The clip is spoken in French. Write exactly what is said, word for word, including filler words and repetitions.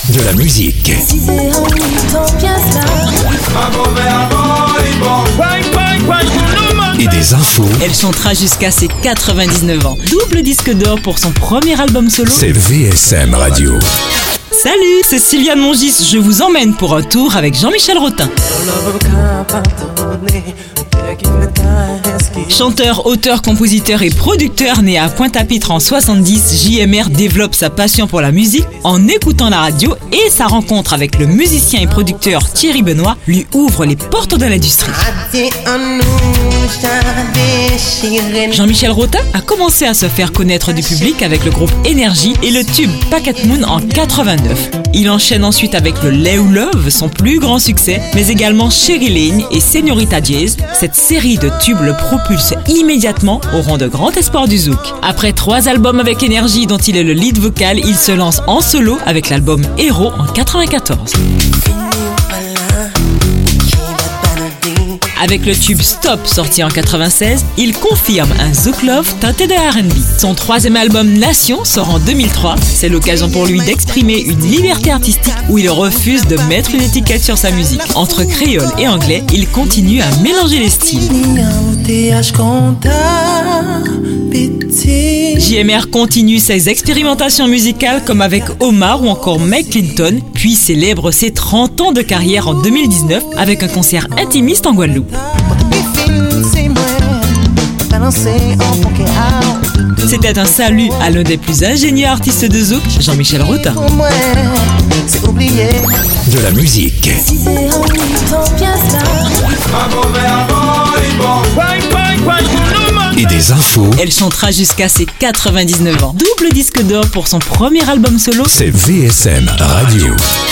De la musique. Et des infos. Elle chantera jusqu'à ses quatre-vingt-dix-neuf ans. Double disque d'or pour son premier album solo. C'est V S M Radio. Salut, c'est Sylviane Mongis. Je vous emmène pour un tour avec Jean-Michel Rotin. Chanteur, auteur, compositeur et producteur né à Pointe-à-Pitre en soixante-dix, J M R développe sa passion pour la musique en écoutant la radio et sa rencontre avec le musicien et producteur Thierry Benoît lui ouvre les portes de l'industrie. Jean-Michel Rotin a commencé à se faire connaître du public avec le groupe Énergie et le tube Packet Moon en quatre-vingt-neuf. Il enchaîne ensuite avec le Lay ou Love, son plus grand succès, mais également Sherry Lane et Señorita Jazz. Cette série de tubes le propulse immédiatement au rang de grand espoir du zouk. Après trois albums avec Énergie dont il est le lead vocal, il se lance en solo avec l'album Héros en quatre-vingt-quatorze. Avec le tube Stop sorti en quatre-vingt-seize, il confirme un zouk love teinté de R and B. Son troisième album Nation sort en deux mille trois. C'est l'occasion pour lui d'exprimer une liberté artistique où il refuse de mettre une étiquette sur sa musique. Entre créole et anglais, il continue à mélanger les styles. J M R continue ses expérimentations musicales comme avec Omar ou encore Mike Clinton, puis célèbre ses trente ans de carrière en deux mille dix-neuf avec un concert intimiste en Guadeloupe. C'était un salut à l'un des plus ingénieux artistes de zouk, Jean-Michel Rotin. De la musique. Et des infos. Elle chantera jusqu'à ses quatre-vingt-dix-neuf ans. Double disque d'or pour son premier album solo. C'est V S M Radio.